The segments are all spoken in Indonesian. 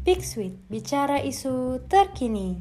Big Sweet, bicara isu terkini.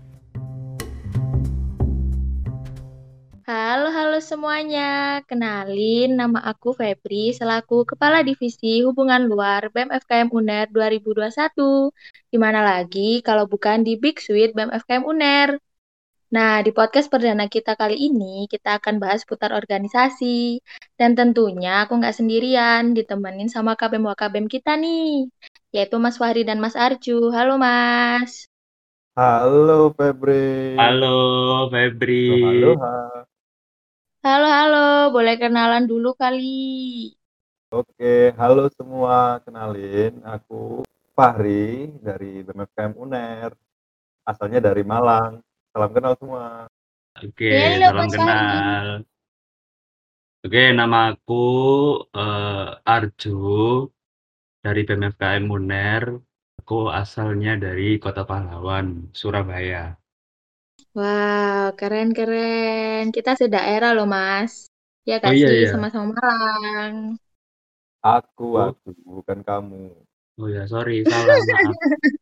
Halo semuanya. Kenalin, nama aku Febri selaku Kepala Divisi Hubungan Luar BEM FKM UNER 2021. Di mana lagi kalau bukan di Big Suite BEM FKM UNER. Nah, di podcast perdana kita kali ini, kita akan bahas putar organisasi. Dan tentunya aku nggak sendirian, ditemenin sama KBM-WKBM kita nih, yaitu Mas Fahri dan Mas Arju. Halo Mas. Halo Febri. Halo Febri. Halo. Halo, boleh kenalan dulu kali. Oke, halo semua. Kenalin, aku Fahri dari BMFKM UNER. Asalnya dari Malang. Salam kenal semua. Oke, Ini loh salam Mas Fahri. kenal. Oke, nama aku Arju dari BMFKM UNER. Aku asalnya dari Kota Pahlawan, Surabaya. Wow, keren-keren. Kita sedaerah loh, Mas. Ya Oh gak iya sih, ya. sama-sama Malang. Aku Oh, bukan kamu. oh ya, sorry, salah, maaf.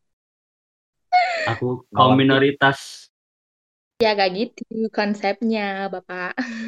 Aku kaum Malang tuh. minoritas. Ya gak gitu konsepnya, Bapak.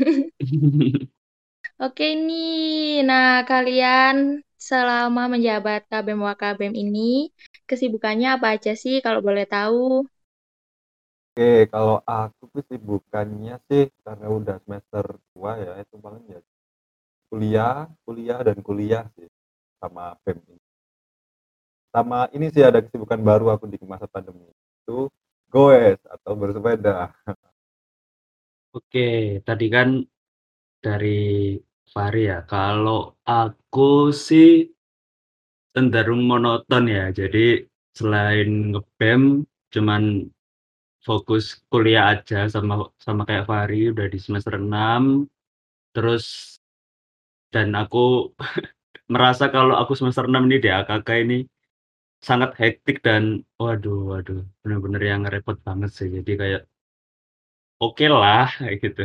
Oke nih, nah kalian selama menjabat KBM Wakabem ini, kesibukannya apa aja sih kalau boleh tahu? Oke, kalau aku kesibukannya sih karena udah semester 2 ya, itu paling ya kuliah dan kuliah sih sama BEM ini. Sama ini sih ada kesibukan baru aku di masa pandemi itu goes atau bersepeda. Oke, tadi kan dari Fahri ya. Kalau aku sih cenderung monoton ya. Jadi selain ngebem cuman fokus kuliah aja sama sama kayak Fahri udah di semester 6 terus dan aku merasa kalau aku semester 6 ini di AKK ini sangat hektik dan waduh bener-bener yang repot banget sih. Jadi kayak oke lah kayak gitu.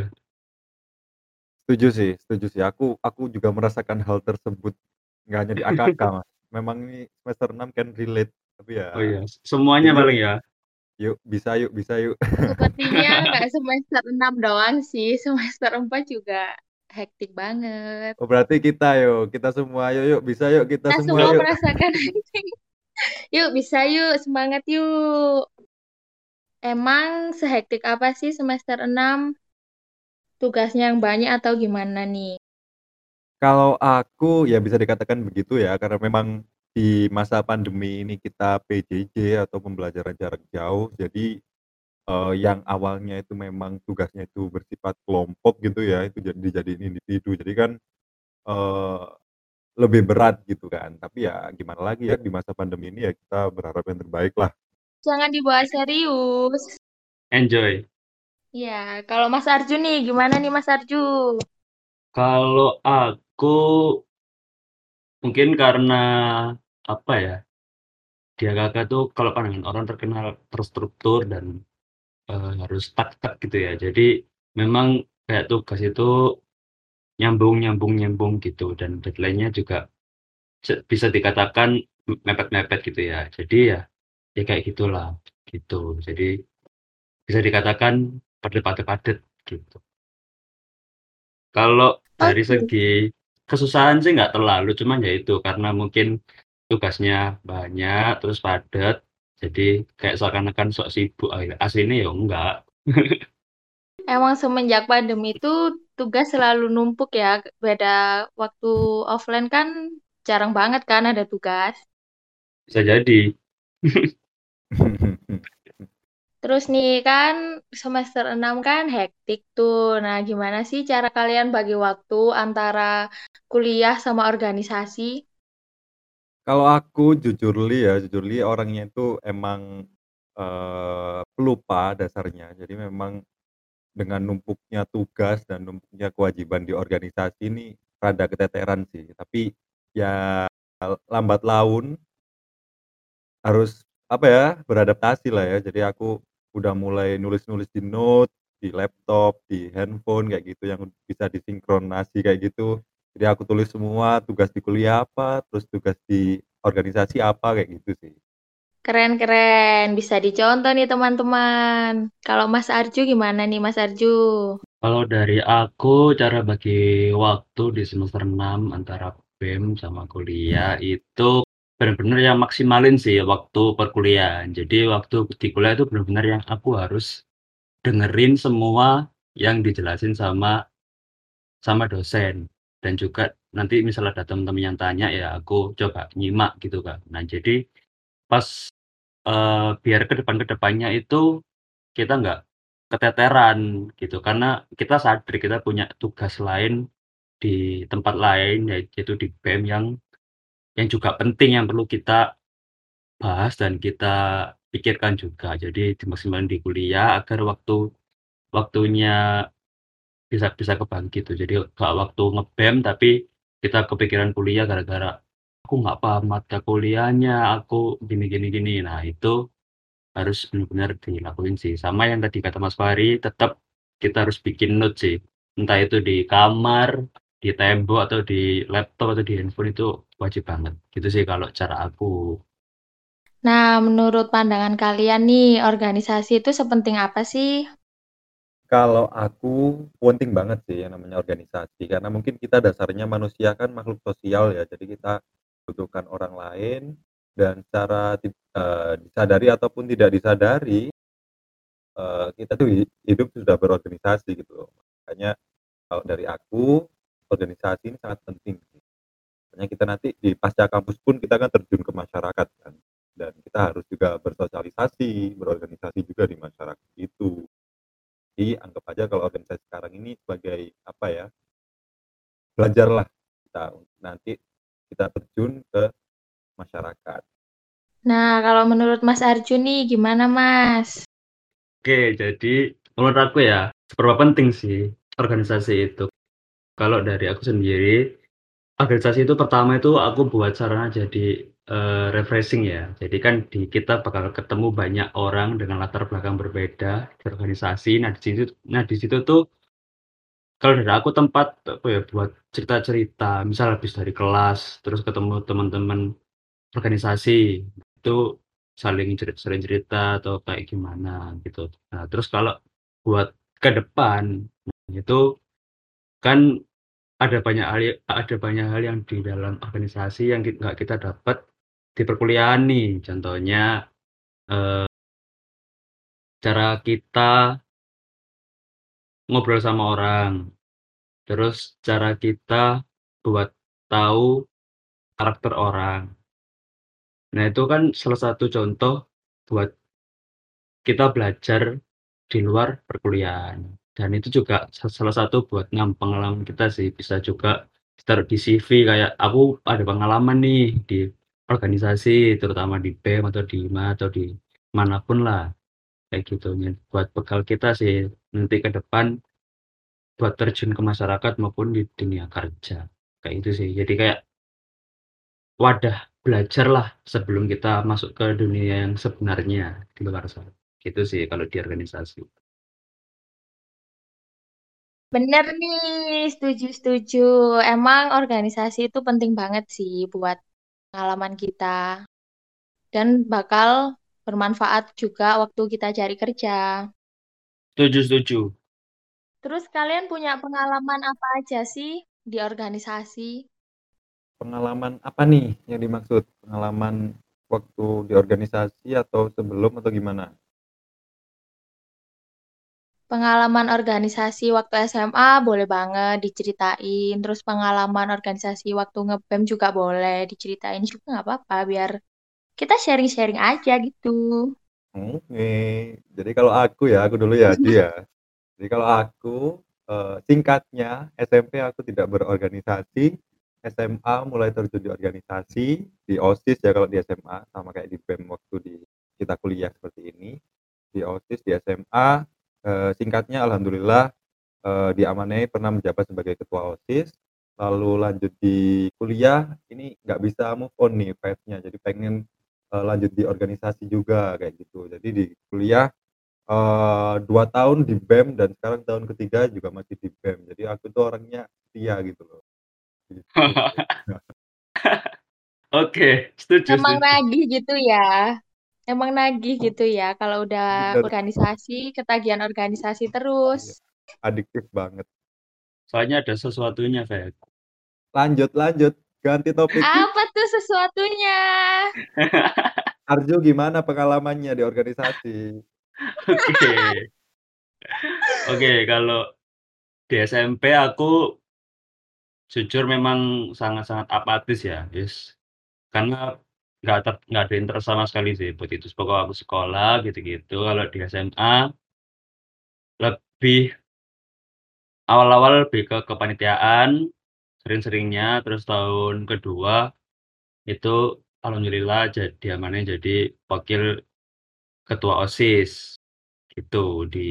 Setuju sih. Aku juga merasakan hal tersebut. Nggak hanya di AKK, Mas. Memang ini semester 6 kan relate. Tapi Oh ya, iya, semuanya yuk, paling ya. yuk, bisa yuk. Sepertinya nggak semester 6 doang sih, semester 4 juga hektik banget. Oh, berarti kita semua, yuk, bisa yuk, kita Kita semua semua yuk. merasakan hektik. Yuk, bisa yuk, semangat yuk. Emang sehektik apa sih semester 6? Tugasnya yang banyak atau gimana nih? Kalau aku ya bisa dikatakan begitu ya, karena memang di masa pandemi ini kita PJJ atau pembelajaran jarak jauh. Jadi yang awalnya itu memang tugasnya itu bersifat kelompok gitu ya, itu dijadiin individu. Jadi kan eee, lebih berat gitu kan. Tapi ya gimana lagi ya, di masa pandemi ini ya kita berharap yang terbaik lah. Jangan dibawa serius. Enjoy. Ya, kalau Mas Arju nih, gimana nih Mas Arju? Kalau aku mungkin karena apa ya, di AKK tuh kalau pandangan orang terkenal terstruktur dan harus tak gitu ya. Jadi memang kayak tugas itu nyambung gitu dan deadline-nya juga bisa dikatakan mepet-mepet gitu ya. Jadi ya kayak gitulah gitu. Jadi bisa dikatakan padet-padet gitu. Kalau dari Oke. segi kesusahan sih nggak terlalu, cuman ya itu karena mungkin tugasnya banyak terus padat, jadi kayak seakan-akan sok sibuk, aslinya ya enggak. Emang semenjak pandemi itu tugas selalu numpuk ya. Beda waktu offline kan jarang banget kan ada tugas. Bisa jadi. Terus nih kan semester 6 kan hektik tuh. Nah, gimana sih cara kalian bagi waktu antara kuliah sama organisasi? Kalau aku jujur li orangnya itu emang, pelupa dasarnya. Jadi memang dengan numpuknya tugas dan numpuknya kewajiban di organisasi ini rada keteteran sih. Tapi ya lambat laun harus, apa ya, beradaptasi lah ya. Jadi aku udah mulai nulis-nulis di note, di laptop, di handphone kayak gitu yang bisa disinkronasi kayak gitu. Jadi aku tulis semua tugas di kuliah apa, terus tugas di organisasi apa, kayak gitu sih. Keren-keren, bisa dicontoh nih teman-teman. Kalau Mas Arju gimana nih Mas Arju? Kalau dari aku, cara bagi waktu di semester 6 antara BEM sama kuliah itu benar-benar yang maksimalin sih waktu perkuliahan. Jadi waktu di kuliah itu benar-benar yang aku harus dengerin semua yang dijelasin sama dosen. Dan juga nanti misalnya ada teman-teman yang tanya ya aku coba nyimak gitu kan. Nah jadi pas biar ke depan-kedepannya itu kita nggak keteteran gitu, karena kita sadar kita punya tugas lain di tempat lain, yaitu di BEM yang juga penting, yang perlu kita bahas dan kita pikirkan juga. Jadi dimaksimalin di kuliah agar waktunya bisa bisa kebagi gitu. Jadi nggak waktu nge-BEM tapi kita kepikiran kuliah gara-gara, "Aku nggak paham mata kuliahnya, aku gini gini gini." Nah itu harus benar-benar dilakuin sih. Sama yang tadi kata Mas Fahri, tetap kita harus bikin note sih. Entah itu di kamar, di tembok, atau di laptop, atau di handphone, itu wajib banget. Gitu sih kalau cara aku. Nah, menurut pandangan kalian nih, organisasi itu sepenting apa sih? Kalau aku penting banget sih yang namanya organisasi, karena mungkin kita dasarnya manusia kan makhluk sosial ya, jadi kita butuhkan orang lain dan secara disadari ataupun tidak disadari, kita tuh hidup sudah berorganisasi gitu loh. Makanya kalau dari aku, organisasi ini sangat penting sih. Makanya kita nanti di pasca kampus pun kita kan terjun ke masyarakat kan, dan kita harus juga bersosialisasi, berorganisasi juga di masyarakat itu. Jadi anggap aja kalau organisasi sekarang ini sebagai apa ya, belajarlah kita nanti kita terjun ke masyarakat. Nah, kalau menurut Mas Arju nih, gimana Mas? Oke, jadi menurut aku ya, seberapa penting sih organisasi itu. Kalau dari aku sendiri, organisasi itu pertama itu aku buat sarana jadi refreshing ya. Jadi kan kita bakal ketemu banyak orang dengan latar belakang berbeda di organisasi. Nah di situ tuh kalau dari aku tempat apa ya, buat cerita-cerita. Misal habis dari kelas, terus ketemu teman-teman organisasi, itu sering cerita atau kayak gimana gitu. Nah, terus kalau buat ke depan, itu kan ada banyak hal yang di dalam organisasi yang nggak kita dapat di perkuliahan nih. Contohnya, cara kita ngobrol sama orang, terus cara kita buat tahu karakter orang. Nah, itu kan salah satu contoh buat kita belajar di luar perkuliahan. Dan itu juga salah satu buat pengalaman kita sih, bisa juga ditaruh di CV kayak, "Aku ada pengalaman nih di organisasi, terutama di BEM atau di atau di manapun lah," kayak gitu. Buat bekal kita sih nanti ke depan buat terjun ke masyarakat maupun di dunia kerja, kayak itu sih. Jadi kayak wadah belajar lah sebelum kita masuk ke dunia yang sebenarnya di luar sana. Gitu sih kalau di organisasi. Bener nih, setuju-setuju. Emang organisasi itu penting banget sih buat pengalaman kita. Dan bakal bermanfaat juga waktu kita cari kerja. Setuju setuju. Terus kalian punya pengalaman apa aja sih di organisasi? Pengalaman apa nih yang dimaksud? Pengalaman waktu di organisasi atau sebelum atau gimana? Pengalaman organisasi waktu SMA boleh banget diceritain. Terus pengalaman organisasi waktu nge-BEM juga boleh diceritain juga nggak apa-apa biar kita sharing-sharing aja gitu. Oke, jadi kalau aku dulu ya, Ju ya. Jadi kalau aku, singkatnya SMP aku tidak berorganisasi, SMA mulai terjun di organisasi, di OSIS ya kalau di SMA, sama kayak di BEM waktu kita kuliah seperti ini. Di OSIS, di SMA, singkatnya alhamdulillah, diamanai pernah menjabat sebagai ketua OSIS, lalu lanjut di kuliah, ini nggak bisa move on nih vibe-nya, jadi pengen, lanjut di organisasi juga kayak gitu. Jadi di kuliah 2 tahun di BEM dan sekarang tahun ketiga juga masih di BEM. Jadi aku tuh orangnya setia gitu loh, gitu. Oke, setuju Emang setuju. nagih gitu ya. Emang nagih gitu ya kalau udah Bener, organisasi, ketagihan organisasi iya, terus. adiktif banget. Soalnya ada sesuatunya, Feb. Lanjut, ganti topik. Apa tuh sesuatunya? Arju gimana pengalamannya di organisasi? Oke. Oke, kalau di SMP aku jujur memang sangat-sangat apatis ya, karena nggak ada interest sama sekali sih buat itu. Pokoknya aku sekolah gitu-gitu. Kalau di SMA lebih awal-awal lebih ke kepanitiaan, sering-seringnya, terus tahun kedua itu alhamdulillah diamanin jadi wakil ketua OSIS gitu di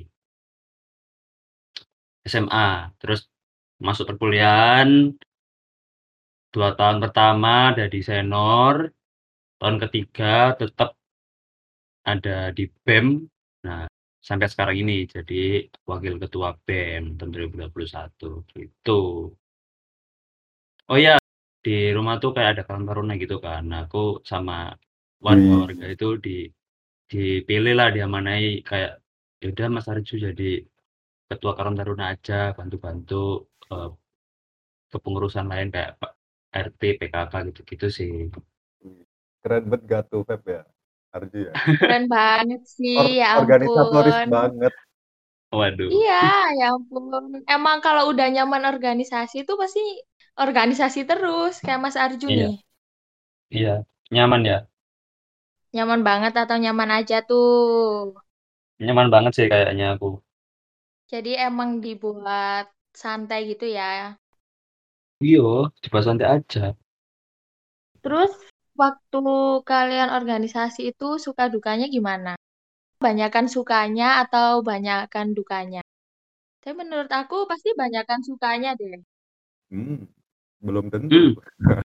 SMA. Terus masuk perkuliahan 2 tahun pertama jadi senior, tahun ketiga tetap ada di BEM. Nah, sampai sekarang ini jadi wakil ketua BEM tahun 2021 gitu. Oh iya, di rumah tuh kayak ada Karang Taruna gitu kan. Nah, aku sama warga-warga Wih, itu dipilih lah, diamanai kayak, "Ya udah Mas Arju jadi ketua Karang Taruna aja, bantu-bantu, eee, kepengurusan lain kayak Pak RT, PKK," gitu-gitu sih. keren banget gak tuh Feb ya? Arju ya? Keren banget sih, ya Organisatoris ampun. banget. Waduh, Iya, ya ampun. Emang kalau udah nyaman organisasi itu pasti organisasi terus, kayak Mas Arju nih. iya iya, nyaman ya? Nyaman banget atau nyaman aja tuh. Nyaman banget sih kayaknya aku. Jadi emang dibuat santai gitu ya. Iya, dibahas santai aja. Terus waktu kalian organisasi itu suka dukanya gimana? Banyakan sukanya atau banyakan dukanya? Tapi menurut aku pasti banyakan sukanya deh. Hmm, belum tentu. Mmm.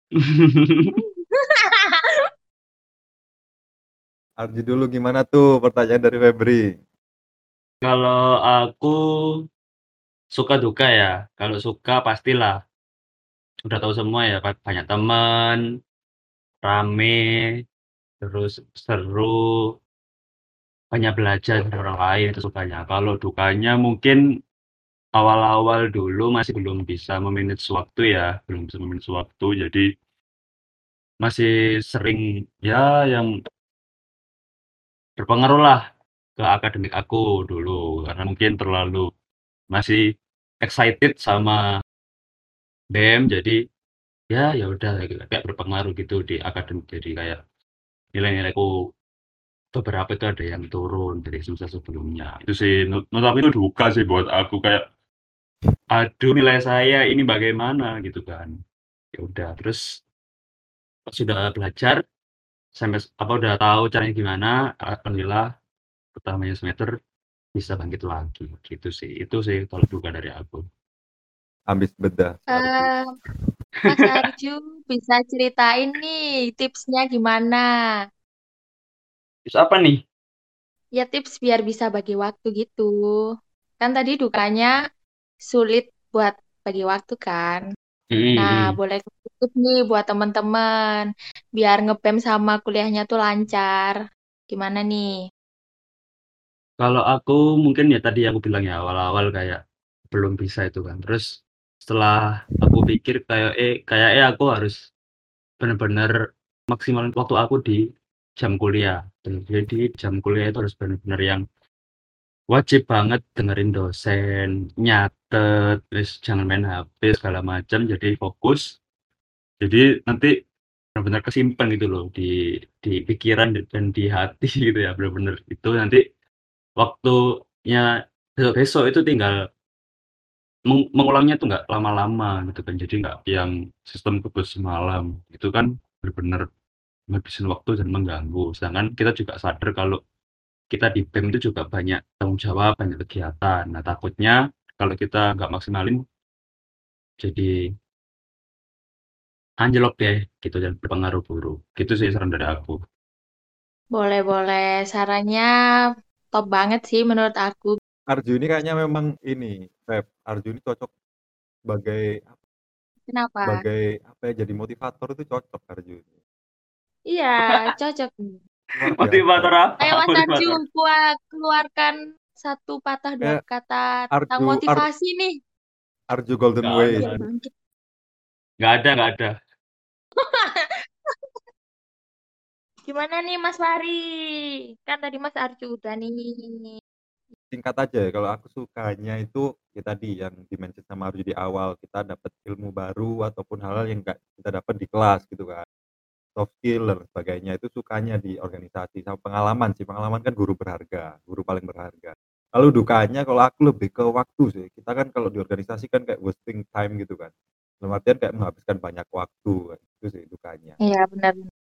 Arju dulu gimana tuh pertanyaan dari Febri? Kalau aku suka duka ya, kalau suka pastilah udah tahu semua ya, banyak teman, rame, terus seru, banyak belajar dari orang lain, itu sukanya. Kalau dukanya mungkin awal-awal dulu masih belum bisa me-manage waktu ya, belum bisa me-manage waktu, jadi masih sering ya yang berpengaruh lah ke akademik aku dulu, karena mungkin terlalu masih excited sama BEM, jadi ya udah kayak berpengaruh gitu di akademik. Jadi kayak nilai-nilaiku beberapa itu ada yang turun dari semester sebelumnya. Itu sih tapi itu duka sih buat aku kayak, aduh nilai saya ini bagaimana gitu kan. Ya udah terus pas sudah belajar sampai apa udah tahu caranya gimana, alhamdulillah pertamanya semester bisa bangkit lagi gitu sih. Itu sih kalau duka dari aku. Habis bedah Arju. Eh, Mas Arju bisa ceritain nih tipsnya gimana? Terus apa nih? Ya tips biar bisa bagi waktu gitu. Kan tadi dukanya sulit buat bagi waktu kan. Mhm Nah, mhm. boleh tips nih buat temen-temen biar ngebem sama kuliahnya tuh lancar. Gimana nih? Kalau aku mungkin ya tadi aku bilang ya awal-awal kayak belum bisa itu kan. Terus setelah aku pikir kayaknya aku harus bener-bener maksimalin waktu aku di jam kuliah. Jadi jam kuliah itu harus bener-bener yang wajib banget dengerin dosen, nyatet, terus jangan main HP segala macam, jadi fokus. Jadi nanti benar-benar kesimpan gitu loh di pikiran dan di hati gitu ya, bener-bener itu nanti waktunya besok-besok itu tinggal mengulangnya tuh nggak lama-lama gitu kan, jadi nggak yang sistem tugas semalam, itu kan bener-bener ngabisin waktu dan mengganggu. Sedangkan kita juga sadar kalau kita di BEM itu juga banyak tanggung jawab, banyak kegiatan. Nah takutnya kalau kita nggak maksimalin jadi anjlok deh gitu dan berpengaruh buruk. Gitu sih saran dari aku. Boleh-boleh. Sarannya top banget sih menurut aku. Arju ini kayaknya memang ini, Feb. Arju ini cocok sebagai Kenapa? sebagai apa ya, jadi motivator itu cocok Arju ini. Iya, cocok nih. luar biasa Motivator itu. apa? Ayo Mas Arju, Motivator. keluarkan satu patah dua Kayak kata tentang Arju motivasi nih, Arju Golden Nggak Way ada, biar itu. bangkit. nggak ada. Gimana nih Mas Fahri? Kan tadi Mas Arju udah nih. Singkat aja ya, kalau aku sukanya itu ya tadi yang di-mention sama Arju di awal, kita dapat ilmu baru ataupun hal-hal yang nggak kita dapat di kelas gitu kan. Soft skill dan sebagainya itu sukanya di organisasi sama pengalaman sih, pengalaman kan guru berharga, guru paling berharga. Lalu dukanya kalau aku lebih ke waktu sih, kita kan kalau di organisasi kan kayak wasting time gitu kan. Dalam artian kayak menghabiskan banyak waktu kan, itu sih dukanya, Iya benar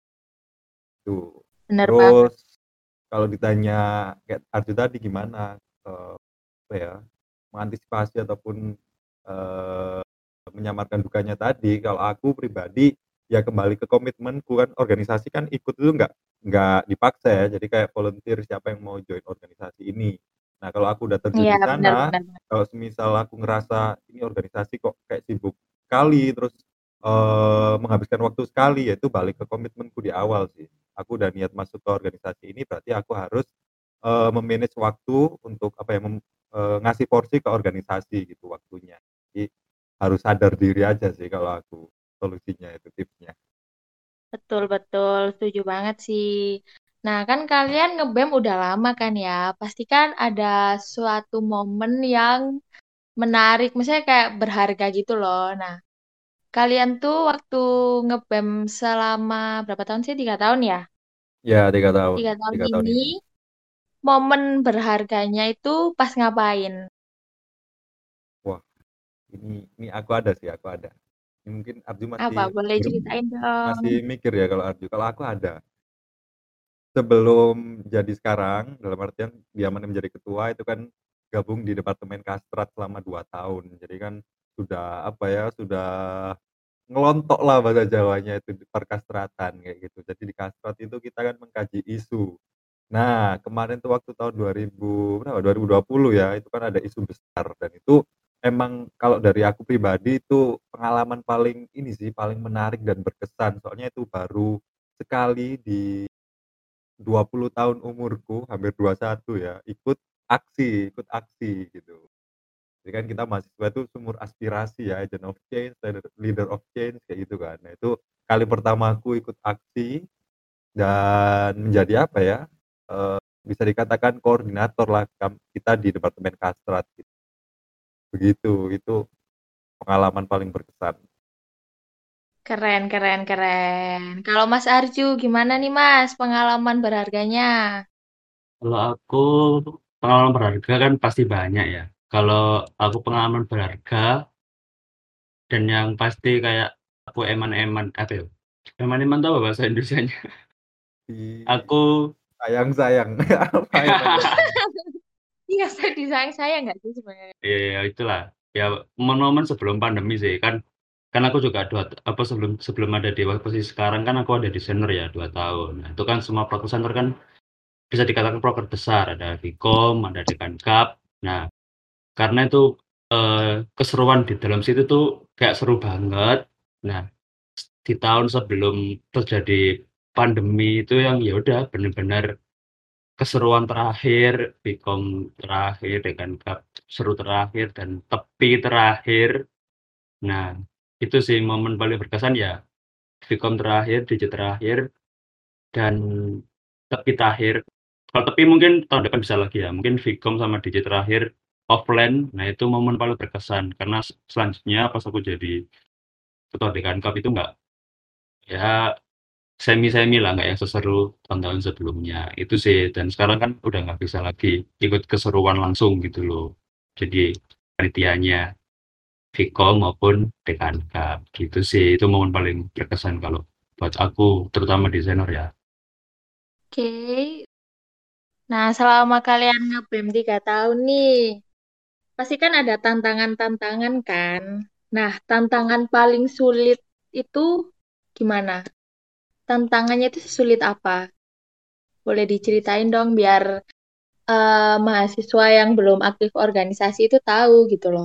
itu. benar banget. Terus kalau ditanya kayak Arju tadi gimana, apa ya, mengantisipasi ataupun, eee, menyamarkan dukanya tadi, kalau aku pribadi, ya kembali ke komitmenku kan, organisasi kan ikut itu nggak dipaksa ya, jadi kayak volunteer siapa yang mau join organisasi ini. Nah, kalau aku udah terjun Iya di benar sana, benar benar. kalau semisal aku ngerasa ini organisasi kok kayak sibuk sekali, terus, menghabiskan waktu sekali, ya itu balik ke komitmenku di awal sih. Aku udah niat masuk ke organisasi ini, berarti aku harus, me-manage waktu untuk apa ya, ngasih porsi ke organisasi gitu waktunya. Jadi harus sadar diri aja sih kalau aku, solusinya itu, tipsnya. Betul betul, setuju banget sih. Nah kan kalian ngebem udah lama kan ya, pasti kan ada suatu momen yang menarik, misalnya kayak berharga gitu loh. Nah kalian tuh waktu ngebem selama berapa tahun sih? 3 tahun ya? Ya 3 tahun, 3 tahun 3 tahun ini, ini. momen berharganya itu pas ngapain? Wah, ini aku ada sih, aku ada. Ini mungkin Arju Apa? masih Boleh ceritain dong. masih mikir ya kalau Arju, kalau aku ada. Sebelum jadi sekarang, dalam artian diamanai menjadi ketua itu kan gabung di Departemen Kastrat selama 2 tahun. Jadi kan sudah apa ya, sudah ngelontok lah bahasa Jawanya itu di perkastratan kayak gitu. Jadi di Kastrat itu kita kan mengkaji isu. Nah, kemarin tuh waktu tahun 2000 berapa, 2020 ya, itu kan ada isu besar dan itu emang kalau dari aku pribadi itu pengalaman paling ini sih, paling menarik dan berkesan. Soalnya itu baru sekali di 20 tahun umurku, hampir 21 ya, ikut aksi gitu. Jadi kan kita mahasiswa itu sumur aspirasi ya, agent of change, leader of change kayak gitu kan. Nah itu kali pertama aku ikut aksi dan menjadi apa ya, bisa dikatakan koordinator lah kita di Departemen Kastrat gitu. Begitu, itu pengalaman paling berkesan. Keren, keren, keren. Kalau Mas Arju, gimana nih Mas pengalaman berharganya? Kalau aku pengalaman berharga kan pasti banyak ya. Kalau aku pengalaman berharga dan yang pasti kayak aku eman-eman apa ya? Eman-eman tahu apa bahasa Indonesianya? Di Aku sayang-sayang, apa eman-eman? Iya, saya disayang saya nggak sih sebenarnya? ya itulah. Ya momen-momen sebelum pandemi sih kan aku juga apa sebelum sebelum ada di posisi sekarang kan aku ada di senior ya 2 tahun. Nah, itu kan semua proker senior kan bisa dikatakan proker besar, ada Vkom, ada Dekankap. Nah, karena itu keseruan di dalam situ tuh kayak seru banget. Nah, di tahun sebelum terjadi pandemi itu yang ya udah bener-bener keseruan terakhir, Vkom terakhir, Dekankap seru terakhir dan tepi terakhir. Nah, itu sih momen paling berkesan ya, Vkom terakhir, DJ terakhir, dan tepi terakhir. Kalau tepi mungkin tahun depan bisa lagi ya, mungkin Vkom sama DJ terakhir offline. Nah, itu momen paling berkesan karena selanjutnya pas aku jadi ketua Dekankap itu nggak ya semi-semi lah, nggak yang seseru tahun-tahun sebelumnya. Itu sih, dan sekarang kan udah nggak bisa lagi ikut keseruan langsung gitu loh. Jadi panitianya Vkom maupun Dekankap gitu sih, itu momen paling berkesan kalau buat aku, terutama di senior ya. Oke. Nah, selama kalian ngebem 3 tahun nih, pasti kan ada tantangan-tantangan kan? Nah, tantangan paling sulit itu gimana? Tantangannya itu sulit apa? Boleh diceritain dong biar mahasiswa yang belum aktif organisasi itu tahu gitu loh.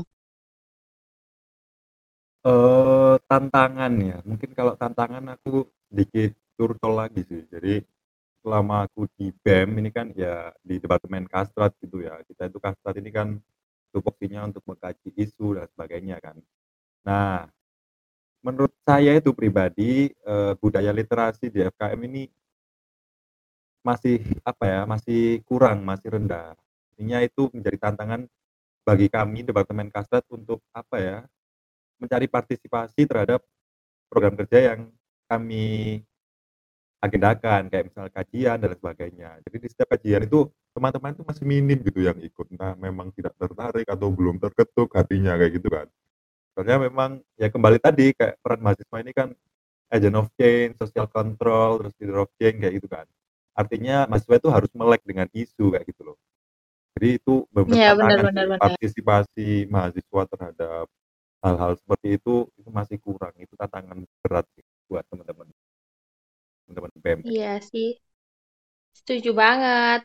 Tantangan ya, mungkin kalau tantangan aku sedikit curcol lagi sih. Jadi selama aku di BEM ini kan ya di Departemen Kastrat gitu ya, kita itu Kastrat ini kan tupoksinya untuk mengkaji isu dan sebagainya kan. Nah, menurut saya itu pribadi, budaya literasi di FKM ini masih, apa ya, masih kurang, masih rendah. Artinya itu menjadi tantangan bagi kami Departemen Kastrat untuk, apa ya, mencari partisipasi terhadap program kerja yang kami agendakan, kayak misal kajian dan lain sebagainya. Jadi di setiap kajian itu teman-teman itu masih minim gitu yang ikut, entah memang tidak tertarik atau belum terketuk hatinya kayak gitu kan. Soalnya memang ya kembali tadi kayak peran mahasiswa ini kan agent of change, social control, terus leader of change kayak gitu kan. Artinya mahasiswa itu harus melek dengan isu kayak gitu loh. Jadi itu benar-benar Iya, benar tantangan benar sih, benar. partisipasi mahasiswa terhadap hal-hal seperti itu masih kurang. Itu tantangan berat sih buat teman-teman BEM kayak Iya gitu. sih, setuju banget.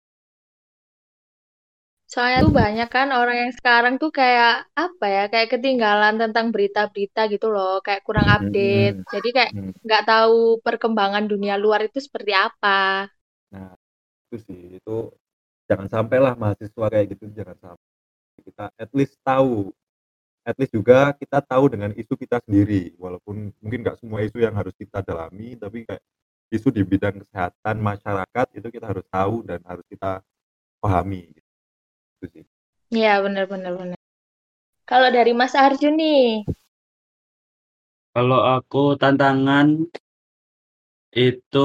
Soalnya tuh banyak kan orang yang sekarang tuh kayak apa ya, kayak ketinggalan tentang berita-berita gitu loh, kayak kurang update. Mhm, Jadi kayak mhm. nggak tahu perkembangan dunia luar itu seperti apa. Nah, itu sih, itu jangan sampailah mahasiswa kayak gitu, jangan sampai. Kita at least juga kita tahu dengan isu kita sendiri, walaupun mungkin nggak semua isu yang harus kita dalami, tapi kayak isu di bidang kesehatan masyarakat itu kita harus tahu dan harus kita pahami, gitu sih. Iya, benar benar benar. Kalau dari Mas Arjun nih, Kalau aku tantangan itu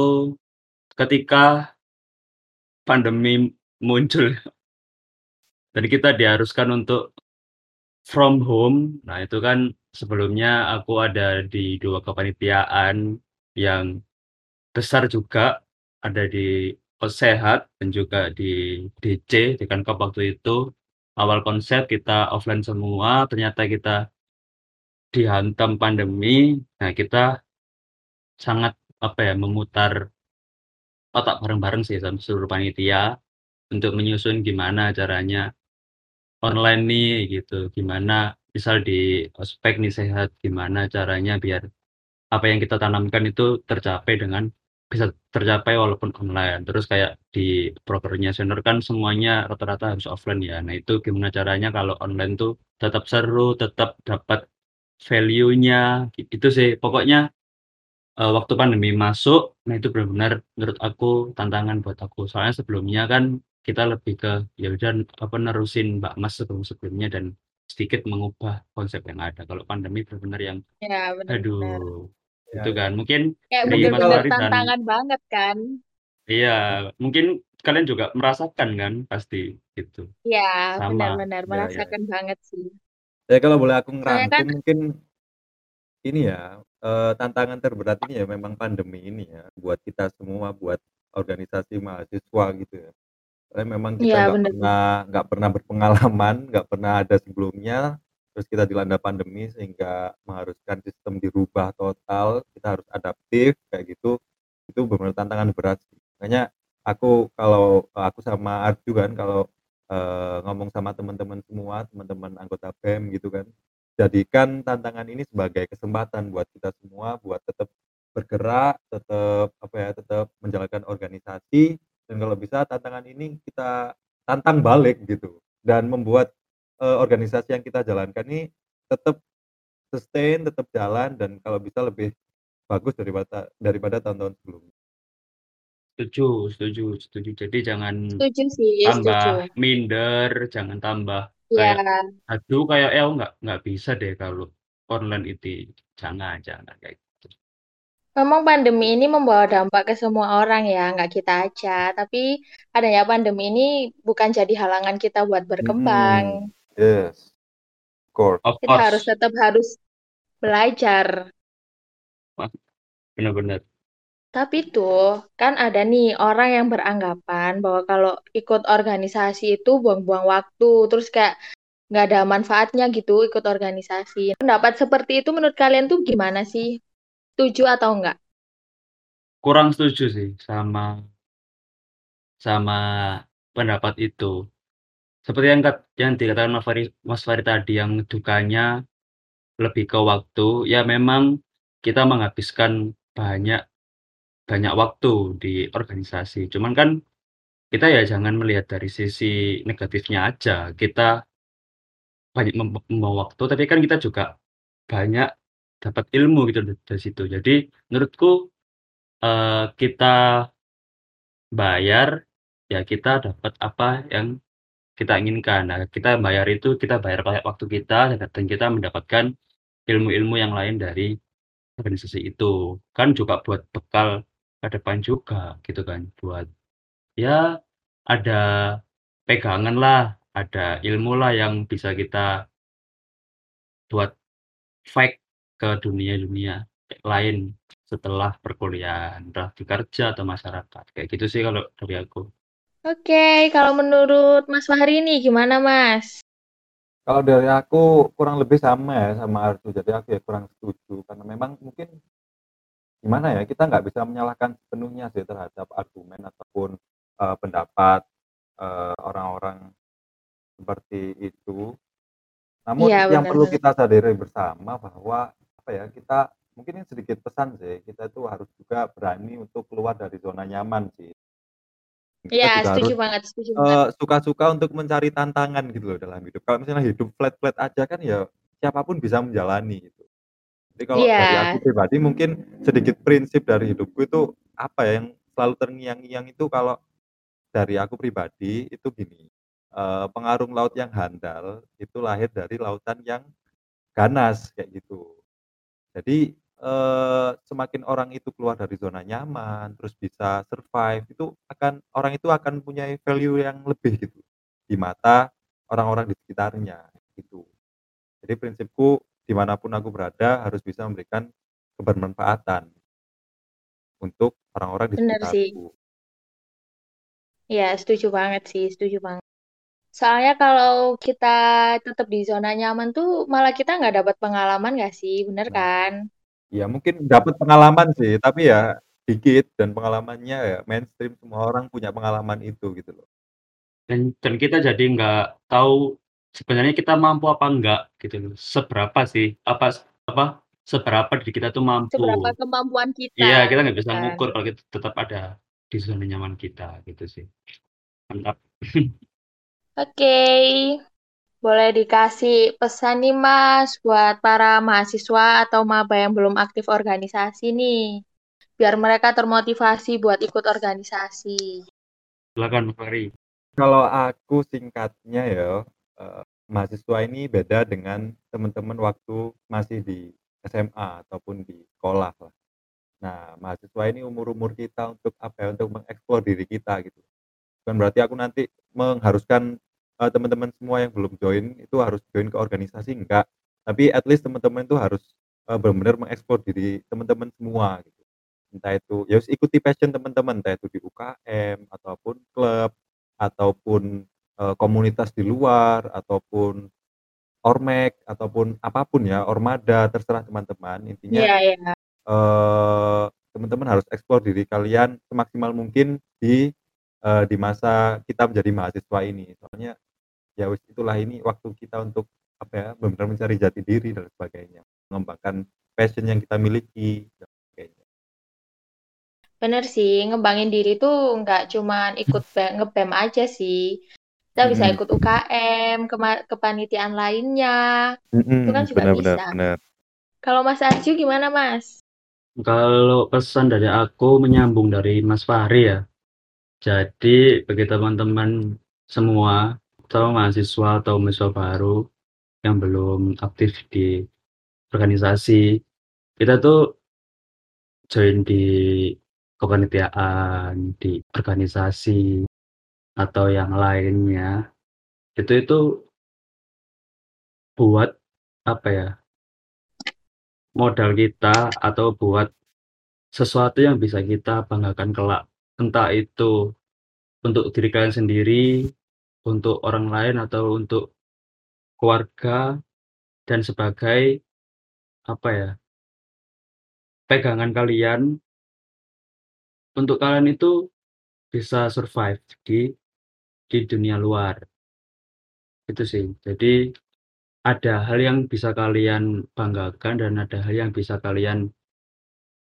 ketika pandemi muncul dan kita diharuskan untuk from home. Nah, itu kan sebelumnya aku ada di 2 kepanitiaan yang besar juga, ada di Pos Sehat dan juga di DC, di Kankop waktu itu. Awal konsep kita offline semua, ternyata kita dihantam pandemi. Nah, kita sangat, apa ya, memutar otak bareng-bareng sih sama seluruh panitia untuk menyusun gimana caranya online nih gitu, gimana misal di ospek nih sehat, gimana caranya biar apa yang kita tanamkan itu tercapai dengan bisa tercapai walaupun online. Terus kayak di prokernya senior kan semuanya rata-rata harus offline ya. Nah, itu gimana caranya kalau online tuh tetap seru, tetap dapat value-nya, itu sih. Pokoknya waktu pandemi masuk, nah itu benar-benar menurut aku tantangan buat aku. Soalnya sebelumnya kan kita lebih ke ya udah apa nerusin Mbak Mas sebelum-sebelumnya dan sedikit mengubah konsep yang ada. Kalau pandemi benar-benar yang ya benar-benar. aduh Ya itu ya. kan. Mungkin Kayak Mungkin Mas benar-benar kalau Fahri dan tantangan banget kan. iya mungkin kalian juga merasakan kan pasti gitu. Iya, Sama. benar-benar ya ya. merasakan banget sih. Kalau boleh aku Soalnya kan, ngerangkum mungkin ini ya, tantangan terberat ini ya memang pandemi ini ya, buat kita semua, buat organisasi mahasiswa gitu ya. Karena memang kita iya benar-benar. nggak pernah berpengalaman, nggak pernah ada sebelumnya, terus kita dilanda pandemi sehingga mengharuskan sistem dirubah total, kita harus adaptif kayak gitu, itu benar-benar tantangan berat sih. Makanya aku sama Arju kan kalau, ngomong sama teman-teman semua, teman-teman anggota BEM gitu kan, jadikan tantangan ini sebagai kesempatan buat kita semua buat tetap bergerak, tetap apa ya, tetap menjalankan organisasi dan kalau bisa tantangan ini kita tantang balik gitu dan membuat, organisasi yang kita jalankan ini tetap sustain, tetap jalan dan kalau bisa lebih bagus daripada tahun-tahun sebelumnya. Setuju, setuju, setuju. Jadi jangan Setuju sih, setuju. tambah minder, jangan tambah Iya, kayak aduh kayak aku nggak bisa deh kalau online itu jangan kayak gitu. memang pandemi ini membawa dampak ke semua orang ya, nggak kita aja. Tapi adanya pandemi ini bukan jadi halangan kita buat berkembang. Mhm, yes, of course. Of Kita harus course, tetap harus belajar. wah, benar-benar. Tapi tuh, kan ada nih orang yang beranggapan bahwa kalau ikut organisasi itu buang-buang waktu, terus kayak nggak ada manfaatnya gitu ikut organisasi. Pendapat seperti itu menurut kalian tuh gimana sih? Setuju atau enggak? Kurang setuju sih sama sama pendapat itu. Seperti yang dikatakan Mas Fahri tadi yang dukanya lebih ke waktu, ya memang kita menghabiskan banyak banyak waktu di organisasi. Cuman kan kita ya jangan melihat dari sisi negatifnya aja. Kita banyak membuang waktu, tapi kan kita juga banyak dapat ilmu gitu dari situ. Jadi menurutku, kita bayar, ya kita dapat apa yang kita inginkan. Nah, kita bayar itu kita bayar pakai waktu kita dan kita mendapatkan ilmu-ilmu yang lain dari organisasi itu. Kan juga buat bekal ke depan juga gitu kan, buat ya ada pegangan lah, ada ilmu lah yang bisa kita buat fight ke dunia-dunia lain setelah perkuliahan, entah di kerja atau masyarakat. Kayak gitu sih kalau dari aku. Oke, kalau menurut Mas Fahri nih gimana Mas? Kalau dari aku kurang lebih sama ya sama Arju, jadi aku ya kurang setuju karena memang mungkin gimana ya, kita nggak bisa menyalahkan sepenuhnya sih terhadap argumen ataupun, pendapat, orang-orang seperti itu. Namun Iya, yang perlu benar-benar. kita sadari bersama bahwa, apa ya, kita mungkin ini sedikit pesan sih, kita itu harus juga berani untuk keluar dari zona nyaman sih. Kita Iya, juga setuju harus, banget, setuju banget. suka-suka untuk mencari tantangan gitu loh dalam hidup. Kalau misalnya hidup flat-flat aja kan ya siapapun bisa menjalani gitu. Jadi kalau Iya, dari aku pribadi mungkin sedikit prinsip dari hidupku itu, apa ya, yang selalu terngiang-ngiang itu kalau dari aku pribadi itu gini, pengarung laut yang handal itu lahir dari lautan yang ganas, kayak gitu. Jadi, semakin orang itu keluar dari zona nyaman, terus bisa survive, itu orang itu akan punya value yang lebih gitu, di mata orang-orang di sekitarnya, gitu. Jadi prinsipku dimanapun aku berada harus bisa memberikan kebermanfaatan untuk orang-orang di benar sih. sekitarku. Iya, setuju banget sih, setuju banget. Soalnya kalau kita tetap di zona nyaman tuh malah kita nggak dapat pengalaman nggak sih, bener Nah, kan? ya mungkin dapat pengalaman sih, tapi ya dikit dan pengalamannya ya mainstream, semua orang punya pengalaman itu gitu loh. Dan kita jadi nggak tahu sebenarnya kita mampu apa enggak gitu loh. Seberapa sih, seberapa diri kita tuh Seberapa mampu. kemampuan kita, Iya, kita nggak gitu bisa kan? ngukur kalau kita tetap ada di zona nyaman kita, gitu sih. Mantap. Oke, boleh dikasih pesan nih Mas buat para mahasiswa atau maba yang belum aktif organisasi nih, biar mereka termotivasi buat ikut organisasi. Silakan Mas Fahri. Kalau aku singkatnya ya, mahasiswa ini beda dengan teman-teman waktu masih di SMA ataupun di sekolah lah. Nah, mahasiswa ini umur-umur kita untuk apa ya, untuk mengeksplor diri kita gitu. Bukan berarti aku nanti mengharuskan, teman-teman semua yang belum join itu harus join ke organisasi, enggak. Tapi at least teman-teman itu harus, benar-benar mengeksplor diri teman-teman semua gitu. Entah itu ya wis ikuti passion teman-teman, entah itu di UKM ataupun klub, ataupun, komunitas di luar, ataupun ormek, ataupun apapun ya, ormada, terserah teman-teman. Intinya, Iya, iya. teman-teman harus eksplor diri kalian semaksimal mungkin di masa kita menjadi mahasiswa ini. Soalnya ya wis itulah ini waktu kita untuk apa ya, benar-benar mencari jati diri dan sebagainya, mengembangkan passion yang kita miliki dan sebagainya. Bener sih, ngembangin diri tuh nggak cuman ikut ngebem aja sih. Kita bisa Mhm, ikut UKM, kepanitiaan lainnya. Itu kan juga benar benar bisa. benar. Kalau Mas Arju gimana, Mas? Kalau pesan dari aku menyambung dari Mas Fahri ya. Jadi bagi teman-teman semua, atau mahasiswa atau mahasiswa baru yang belum aktif di organisasi, kita tuh join di kepanitiaan, di organisasi atau yang lainnya. Itu buat apa ya? Modal kita atau buat sesuatu yang bisa kita banggakan kelak. Entah itu untuk diri kalian sendiri, untuk orang lain atau untuk keluarga dan sebagai apa ya? Pegangan kalian untuk kalian itu bisa survive di dunia luar. Itu sih. Jadi ada hal yang bisa kalian banggakan dan ada hal yang bisa kalian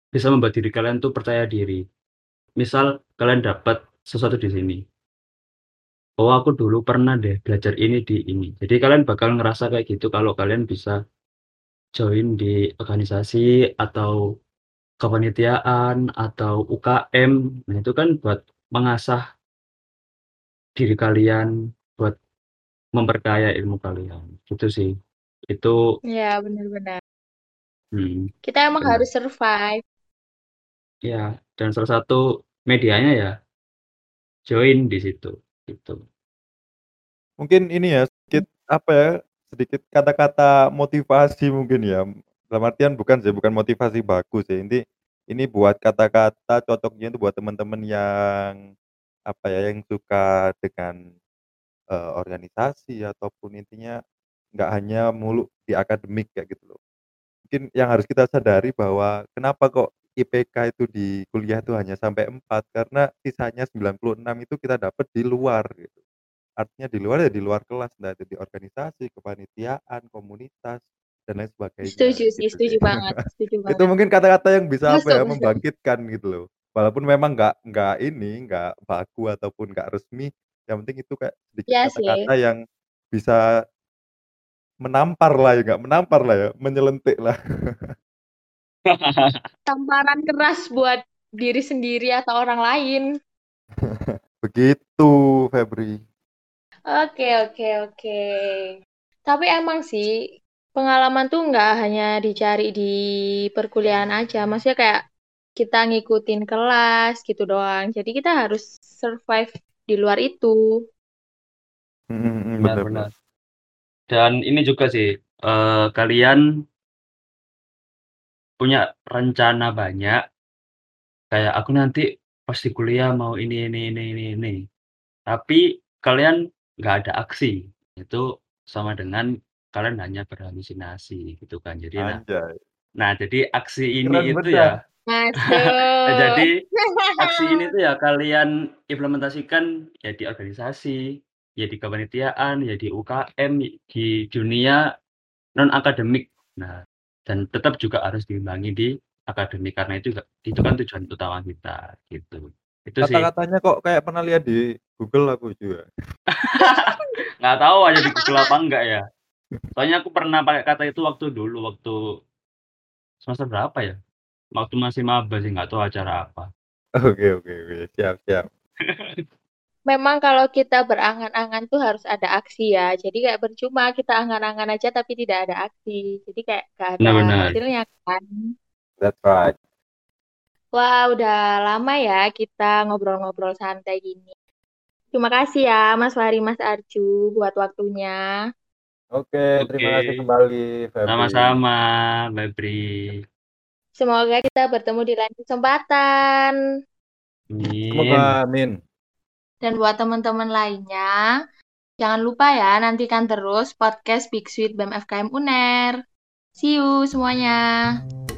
bisa membuat diri kalian tuh percaya diri. Misal kalian dapat sesuatu di sini. Oh, aku dulu pernah deh belajar ini di ini. Jadi kalian bakal ngerasa kayak gitu kalau kalian bisa join di organisasi atau kepanitiaan atau UKM. Nah, itu kan buat mengasah diri kalian, buat memperkaya ilmu kalian. Gitu sih. Itu Ya, benar-benar. hmm, Kita emang Benar. harus survive. ya, dan salah satu medianya ya join di situ. Gitu. Mungkin ini ya, sedikit apa ya, sedikit kata-kata motivasi mungkin ya. Dalam artian bukan motivasi bagus ya, ini buat kata-kata cocoknya itu buat teman-teman yang, apa ya, yang suka dengan, organisasi ataupun intinya nggak hanya mulu di akademik kayak gitu loh. Mungkin yang harus kita sadari bahwa kenapa kok IPK itu di kuliah itu hanya sampai 4 karena sisanya 96 itu kita dapat di luar gitu. Artinya di luar ya di luar kelas, entah itu di organisasi, kepanitiaan, komunitas, dan lain sebagainya, Setuju sih, gitu sih. setuju banget, setuju Itu banget. mungkin kata-kata yang bisa, apa Masuk, ya, masuk. membangkitkan gitu loh. Walaupun memang nggak baku ataupun nggak resmi, yang penting itu kayak sedikit Ya sih, kata-kata yang bisa menampar lah ya, nggak menampar lah ya, menyelentik lah. tamparan keras buat diri sendiri atau orang lain. Begitu, Febri. Oke, oke, oke. Tapi emang sih, pengalaman tuh nggak hanya dicari di perkuliahan aja. Maksudnya kayak kita ngikutin kelas gitu doang. Jadi kita harus survive di luar itu. Mhm mhm, bener bener. Benar-benar. Dan ini juga sih, kalian punya rencana banyak, kayak aku nanti pas di kuliah mau ini. Tapi kalian nggak ada aksi, itu sama dengan kalian hanya berhalusinasi gitu kan. Anjay, Jadi aksi ini keren itu bedah. ya Masuk. jadi aksi ini tuh ya kalian implementasikan ya di organisasi, ya di kepanitiaan, ya di UKM, di dunia non akademik. Nah, dan tetap juga harus diimbangi di akademik karena itu kan tujuan utama kita gitu. Itu sih. Kata-katanya kok kayak pernah lihat di Google aku juga. Nggak tahu ada di Google apa enggak ya. Soalnya aku pernah pakai kata itu waktu dulu, waktu semester berapa ya? Waktu masih maba sih, nggak tahu acara apa. Oke, siap siap. Memang kalau kita berangan-angan tuh harus ada aksi ya. Jadi kayak percuma kita angan-angan aja tapi tidak ada aksi. Jadi kayak gak ada Benar-benar. hasilnya kan. That's right. Wah, udah lama ya kita ngobrol-ngobrol santai gini. Terima kasih ya Mas Fahri, Mas Arju buat waktunya. Oke, Oke, terima kasih kembali, Febri. sama-sama, Febri. Semoga kita bertemu di lain kesempatan. Semoga Amin. amin. Dan buat teman-teman lainnya, jangan lupa ya nantikan terus podcast Big Sweet BEM FKM UNER. See you semuanya.